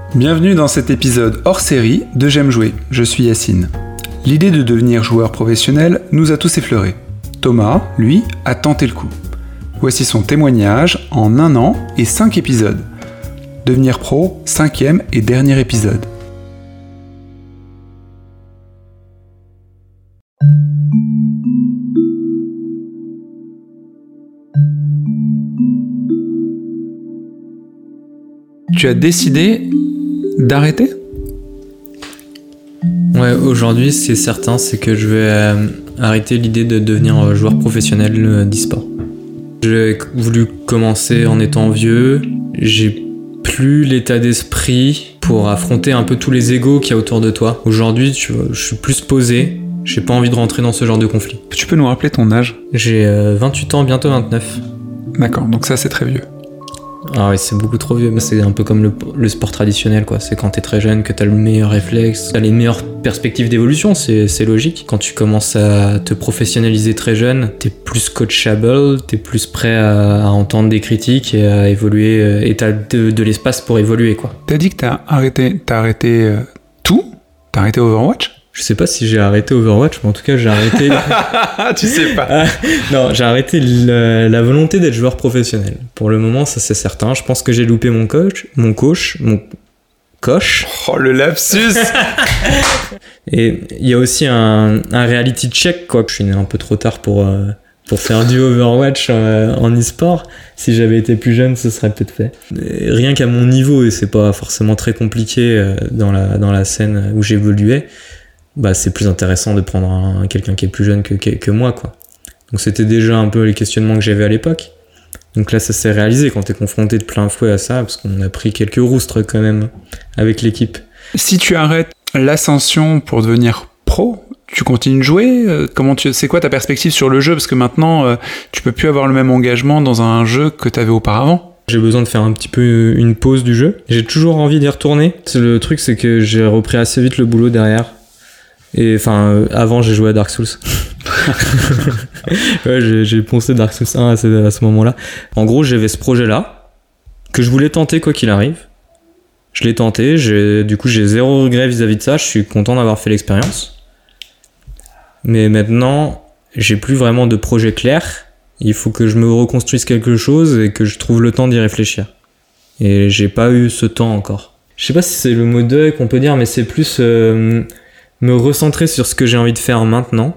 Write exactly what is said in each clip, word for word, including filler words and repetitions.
Bienvenue dans cet épisode hors série de J'aime jouer, je suis Yacine. L'idée de devenir joueur professionnel nous a tous effleurés. Thomas, lui, a tenté le coup. Voici son témoignage en un an et cinq épisodes. Devenir pro, cinquième et dernier épisode. Tu as décidé d'arrêter ? Ouais, aujourd'hui, c'est certain, c'est que je vais euh, arrêter l'idée de devenir euh, joueur professionnel euh, d'e-sport. J'ai voulu commencer en étant vieux, j'ai plus l'état d'esprit pour affronter un peu tous les égos qu'il y a autour de toi. Aujourd'hui, tu vois, je suis plus posé, j'ai pas envie de rentrer dans ce genre de conflit. Tu peux nous rappeler ton âge ? J'ai euh, vingt-huit ans, bientôt vingt-neuf. D'accord, donc ça c'est très vieux. Ah oui, c'est beaucoup trop vieux, mais c'est un peu comme le, le sport traditionnel, quoi. C'est quand t'es très jeune que t'as le meilleur réflexe, t'as les meilleures perspectives d'évolution, c'est, c'est logique. Quand tu commences à te professionnaliser très jeune, t'es plus coachable, t'es plus prêt à, à entendre des critiques et à évoluer, et t'as de, de l'espace pour évoluer, quoi. T'as dit que t'as arrêté, t'as arrêté euh, tout ? T'as arrêté Overwatch ? Je sais pas si j'ai arrêté Overwatch, mais en tout cas j'ai arrêté... Tu sais pas. Ah, non, j'ai arrêté la, la volonté d'être joueur professionnel. Pour le moment, ça c'est certain. Je pense que j'ai loupé mon coach, mon coach, mon coach. Oh le lapsus. Et il y a aussi un, un reality check, quoi. Je suis né un peu trop tard pour, euh, pour faire du Overwatch euh, en e-sport. Si j'avais été plus jeune, ce serait peut-être fait. Et rien qu'à mon niveau, et c'est pas forcément très compliqué euh, dans, la, dans la scène où j'évoluais, bah c'est plus intéressant de prendre un, quelqu'un qui est plus jeune que, que, que moi, quoi. Donc c'était déjà un peu les questionnements que j'avais à l'époque. Donc là ça s'est réalisé quand t'es confronté de plein fouet à ça, parce qu'on a pris quelques roustres quand même avec l'équipe. Si tu arrêtes l'ascension pour devenir pro, tu continues de jouer ? Comment tu, c'est quoi ta perspective sur le jeu ? Parce que maintenant euh, tu peux plus avoir le même engagement dans un jeu que t'avais auparavant. J'ai besoin de faire un petit peu une pause du jeu. J'ai toujours envie d'y retourner. C'est le truc, c'est que j'ai repris assez vite le boulot derrière. Et enfin, euh, avant j'ai joué à Dark Souls. Ouais, j'ai, j'ai poncé Dark Souls un à ce, à ce moment-là. En gros, j'avais ce projet-là que je voulais tenter quoi qu'il arrive. Je l'ai tenté. J'ai, du coup, j'ai zéro regret vis-à-vis de ça. Je suis content d'avoir fait l'expérience. Mais maintenant, j'ai plus vraiment de projet clair. Il faut que je me reconstruise quelque chose et que je trouve le temps d'y réfléchir. Et j'ai pas eu ce temps encore. Je sais pas si c'est le mot deuil qu'on peut dire, mais c'est plus euh, me recentrer sur ce que j'ai envie de faire maintenant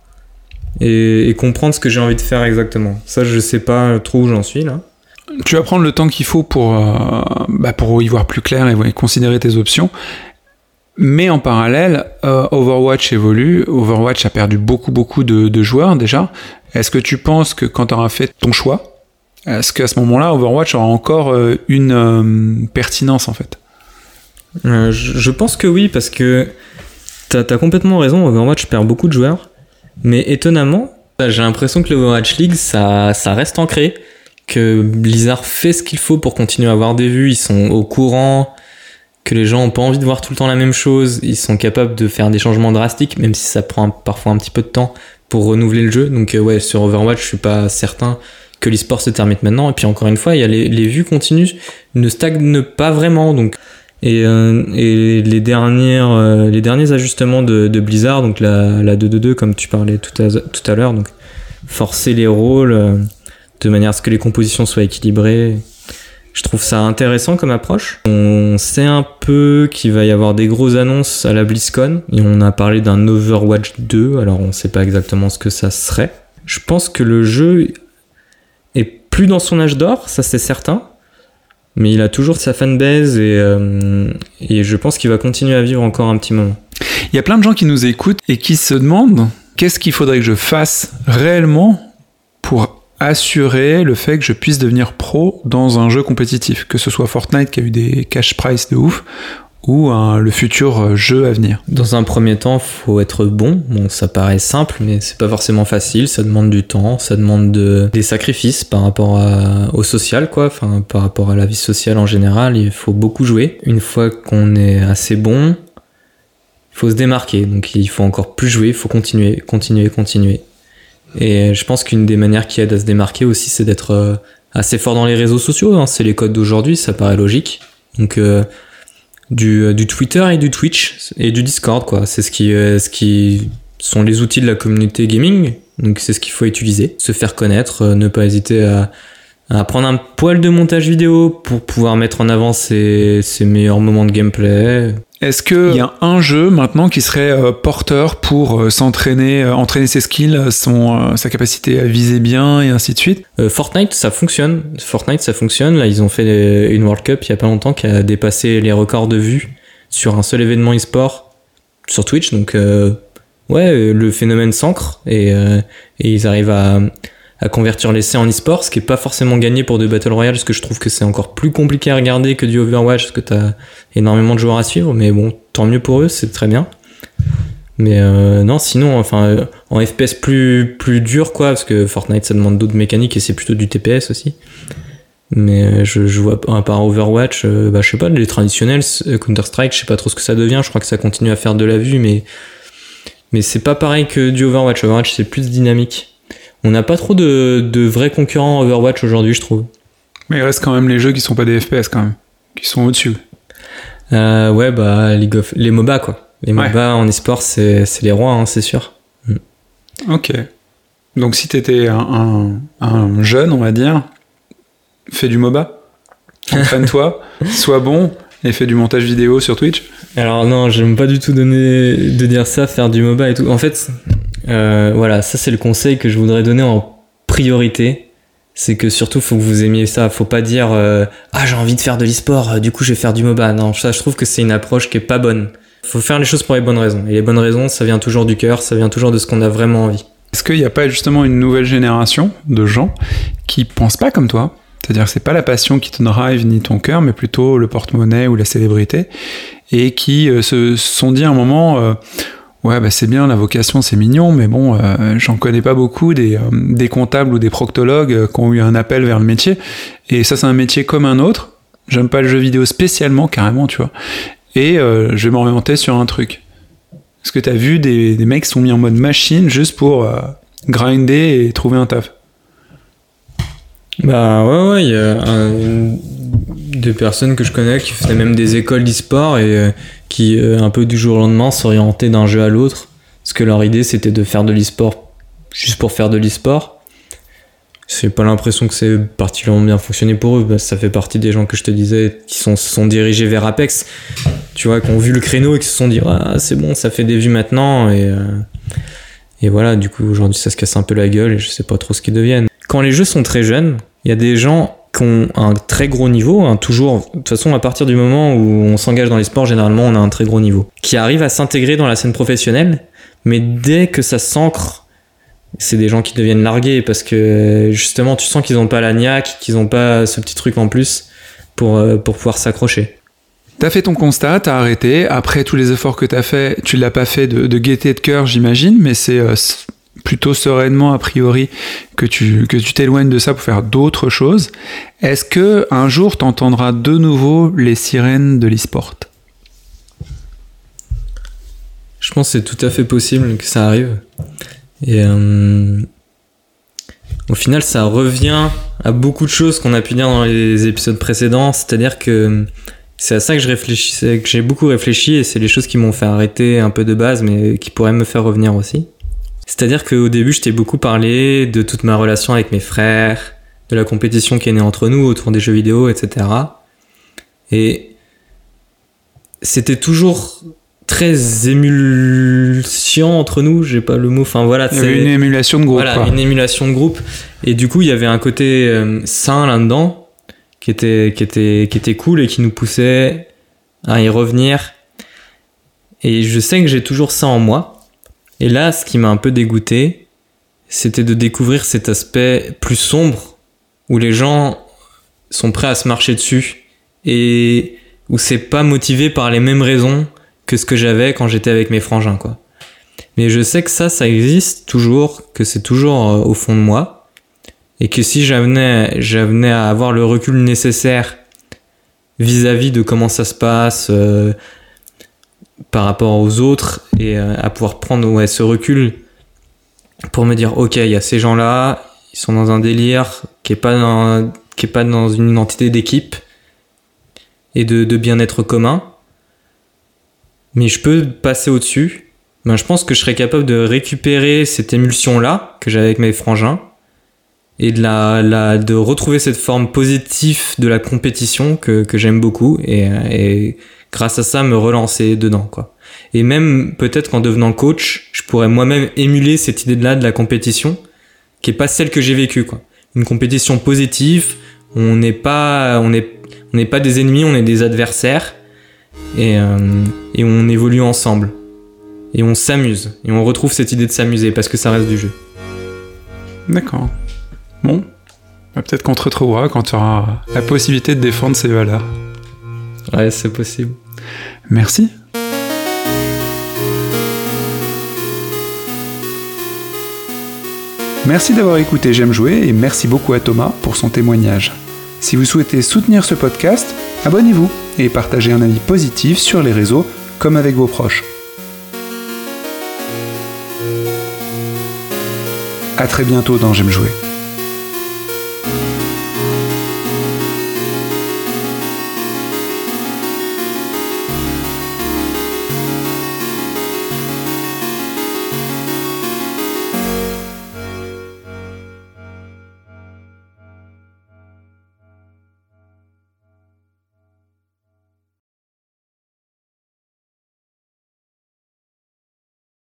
et, et comprendre ce que j'ai envie de faire exactement. Ça, je sais pas trop où j'en suis là. Tu vas prendre le temps qu'il faut pour, euh, bah pour y voir plus clair et, et considérer tes options. Mais en parallèle, euh, Overwatch évolue. Overwatch a perdu beaucoup, beaucoup de, de joueurs déjà. Est-ce que tu penses que quand tu auras fait ton choix, est-ce qu'à ce moment-là, Overwatch aura encore euh, une euh, pertinence en fait ? euh, je, je pense que oui, parce que T'as, t'as complètement raison, Overwatch perd beaucoup de joueurs, mais étonnamment, j'ai l'impression que l'Overwatch League, ça, ça reste ancré, que Blizzard fait ce qu'il faut pour continuer à avoir des vues, ils sont au courant, que les gens ont pas envie de voir tout le temps la même chose, ils sont capables de faire des changements drastiques, même si ça prend un, parfois un petit peu de temps pour renouveler le jeu. Donc euh, ouais, sur Overwatch, je suis pas certain que l'e-sport se termine maintenant, et puis encore une fois, il y a les, les vues continuent, ne stagnent pas vraiment, donc... Et, euh, et les dernières euh, les derniers ajustements de, de Blizzard, donc la, la deux deux deux comme tu parlais tout à, tout à l'heure, donc forcer les rôles euh, de manière à ce que les compositions soient équilibrées, je trouve ça intéressant comme approche. On sait un peu qu'il va y avoir des grosses annonces à la BlizzCon et on a parlé d'un Overwatch deux, alors on sait pas exactement ce que ça serait. Je pense que le jeu est plus dans son âge d'or, ça c'est certain. Mais il a toujours sa fanbase et, euh, et je pense qu'il va continuer à vivre encore un petit moment. Il y a plein de gens qui nous écoutent et qui se demandent qu'est-ce qu'il faudrait que je fasse réellement pour assurer le fait que je puisse devenir pro dans un jeu compétitif, que ce soit Fortnite qui a eu des cash price de ouf ou hein, le futur jeu à venir. Dans un premier temps, faut être bon. Bon, ça paraît simple, mais c'est pas forcément facile. Ça demande du temps, ça demande de, des sacrifices par rapport à, au social, quoi. Enfin, par rapport à la vie sociale en général, il faut beaucoup jouer. Une fois qu'on est assez bon, il faut se démarquer. Donc, il faut encore plus jouer. Il faut continuer, continuer, continuer. Et je pense qu'une des manières qui aide à se démarquer aussi, c'est d'être assez fort dans les réseaux sociaux. Hein. C'est les codes d'aujourd'hui, ça paraît logique. Donc, euh, du, du Twitter et du Twitch et du Discord, quoi. C'est ce qui, euh, ce qui sont les outils de la communauté gaming, donc c'est ce qu'il faut utiliser, se faire connaître, euh, ne pas hésiter à, à prendre un poil de montage vidéo pour pouvoir mettre en avant ses, ses meilleurs moments de gameplay. Est-ce qu'il y a un jeu maintenant qui serait euh, porteur pour euh, s'entraîner, euh, entraîner ses skills, son, euh, sa capacité à viser bien et ainsi de suite? euh, Fortnite, ça fonctionne. Fortnite, ça fonctionne. Là, ils ont fait une World Cup il y a pas longtemps qui a dépassé les records de vues sur un seul événement e-sport sur Twitch. Donc, euh, ouais, le phénomène s'ancre et, euh, et ils arrivent à, à convertir l'essai en e-sport, ce qui est pas forcément gagné pour du Battle Royale, parce que je trouve que c'est encore plus compliqué à regarder que du Overwatch, parce que t'as énormément de joueurs à suivre, mais bon, tant mieux pour eux, c'est très bien. Mais euh, non, sinon, enfin, euh, en F P S plus, plus dur, quoi, parce que Fortnite, ça demande d'autres mécaniques et c'est plutôt du T P S aussi. Mais euh, je, je vois, à part Overwatch, euh, bah, je sais pas, les traditionnels, Counter-Strike, je sais pas trop ce que ça devient, je crois que ça continue à faire de la vue, mais, mais c'est pas pareil que du Overwatch. Overwatch, c'est plus dynamique. On n'a pas trop de, de vrais concurrents Overwatch aujourd'hui, je trouve. Mais il reste quand même les jeux qui sont pas des F P S quand même, qui sont au-dessus. Euh, ouais, bah, League of... les MOBA, quoi. Les MOBA ouais. En e-sport, c'est, c'est les rois, hein, c'est sûr. Mm. Ok. Donc si t'étais un, un, un jeune, on va dire, fais du MOBA, entraîne-toi, sois bon et fais du montage vidéo sur Twitch. Alors non, j'aime pas du tout donner de dire ça, faire du MOBA et tout. En fait... Euh, voilà, ça c'est le conseil que je voudrais donner en priorité. C'est que surtout faut que vous aimiez ça. Faut pas dire euh, ah j'ai envie de faire de l'e-sport, du coup je vais faire du MOBA. Non, ça je trouve que c'est une approche qui est pas bonne. Faut faire les choses pour les bonnes raisons. Et les bonnes raisons, ça vient toujours du cœur, ça vient toujours de ce qu'on a vraiment envie. Est-ce qu'il n'y a pas justement une nouvelle génération de gens qui pensent pas comme toi? C'est-à-dire que c'est pas la passion qui te drive ni ton cœur, mais plutôt le porte-monnaie ou la célébrité, et qui euh, se sont dit à un moment euh, ouais, bah c'est bien, la vocation, c'est mignon, mais bon, euh, j'en connais pas beaucoup des, euh, des comptables ou des proctologues euh, qui ont eu un appel vers le métier. Et ça, c'est un métier comme un autre. J'aime pas le jeu vidéo spécialement, carrément, tu vois. Et euh, je vais m'orienter sur un truc. Est-ce que t'as vu des, des mecs qui sont mis en mode machine juste pour euh, grinder et trouver un taf? Bah ouais, ouais, il y a un, des personnes que je connais qui faisaient même des écoles d'e-sport et euh, qui, euh, un peu du jour au lendemain, s'orientaient d'un jeu à l'autre. Parce que leur idée, c'était de faire de l'e-sport juste pour faire de l'e-sport. J'ai pas l'impression que c'est particulièrement bien fonctionné pour eux. Bah, ça fait partie des gens que je te disais qui sont, se sont dirigés vers Apex. Tu vois, qui ont vu le créneau et qui se sont dit ah, c'est bon, ça fait des vues maintenant. Et, euh, et voilà, du coup, aujourd'hui, ça se casse un peu la gueule et je sais pas trop ce qu'ils deviennent. Quand les jeux sont très jeunes, il y a des gens qui ont un très gros niveau, hein, toujours, de toute façon, à partir du moment où on s'engage dans les sports, généralement, on a un très gros niveau, qui arrivent à s'intégrer dans la scène professionnelle, mais dès que ça s'ancre, c'est des gens qui deviennent largués, parce que, justement, tu sens qu'ils n'ont pas la niaque, qu'ils n'ont pas ce petit truc en plus pour, pour pouvoir s'accrocher. T'as fait ton constat, t'as arrêté, après tous les efforts que t'as fait, tu l'as pas fait de, de gaieté de cœur, j'imagine, mais c'est... Euh, plutôt sereinement a priori que tu, que tu t'éloignes de ça pour faire d'autres choses. Est-ce que un jour t'entendras de nouveau les sirènes de l'e-sport? Je pense que c'est tout à fait possible que ça arrive. Et euh, au final, ça revient à beaucoup de choses qu'on a pu dire dans les épisodes précédents. C'est-à-dire que c'est à ça que je réfléchissais, que j'ai beaucoup réfléchi, et c'est les choses qui m'ont fait arrêter un peu de base, mais qui pourraient me faire revenir aussi. C'est-à-dire qu'au début, je t'ai beaucoup parlé de toute ma relation avec mes frères, de la compétition qui est née entre nous autour des jeux vidéo, et cetera. Et c'était toujours très émulsion entre nous, j'ai pas le mot, enfin voilà. Il y avait une émulation de groupe. Voilà, quoi. une émulation de groupe. Et du coup, il y avait un côté euh, sain là-dedans, qui était, qui était, qui était cool et qui nous poussait à y revenir. Et je sais que j'ai toujours ça en moi. Et là, ce qui m'a un peu dégoûté, c'était de découvrir cet aspect plus sombre, où les gens sont prêts à se marcher dessus, et où c'est pas motivé par les mêmes raisons que ce que j'avais quand j'étais avec mes frangins, quoi. Mais je sais que ça, ça existe toujours, que c'est toujours euh, au fond de moi, et que si j'avenais, j'avenais à avoir le recul nécessaire vis-à-vis de comment ça se passe, euh, par rapport aux autres, et euh, à pouvoir prendre ouais, ce recul pour me dire ok, il y a ces gens là, ils sont dans un délire qui est pas dans, qui est pas dans une identité d'équipe et de, de bien-être commun, mais je peux passer au-dessus, ben, je pense que je serais capable de récupérer cette émulsion-là que j'avais avec mes frangins et de, la, la, de retrouver cette forme positive de la compétition que, que j'aime beaucoup et, et grâce à ça me relancer dedans, quoi. Et même peut-être qu'en devenant coach, je pourrais moi-même émuler cette idée-là de la compétition qui est pas celle que j'ai vécue, quoi. Une compétition positive, on n'est pas, on n'est, on n'est pas des ennemis, on est des adversaires et, euh, et on évolue ensemble. Et on s'amuse. Et on retrouve cette idée de s'amuser parce que ça reste du jeu. D'accord. Bon. Bah, peut-être qu'on te retrouvera quand tu auras la possibilité de défendre ces valeurs. Ouais, c'est possible. Merci. Merci d'avoir écouté J'aime jouer et merci beaucoup à Thomas pour son témoignage. Si vous souhaitez soutenir ce podcast, abonnez-vous et partagez un avis positif sur les réseaux comme avec vos proches. À très bientôt dans J'aime jouer.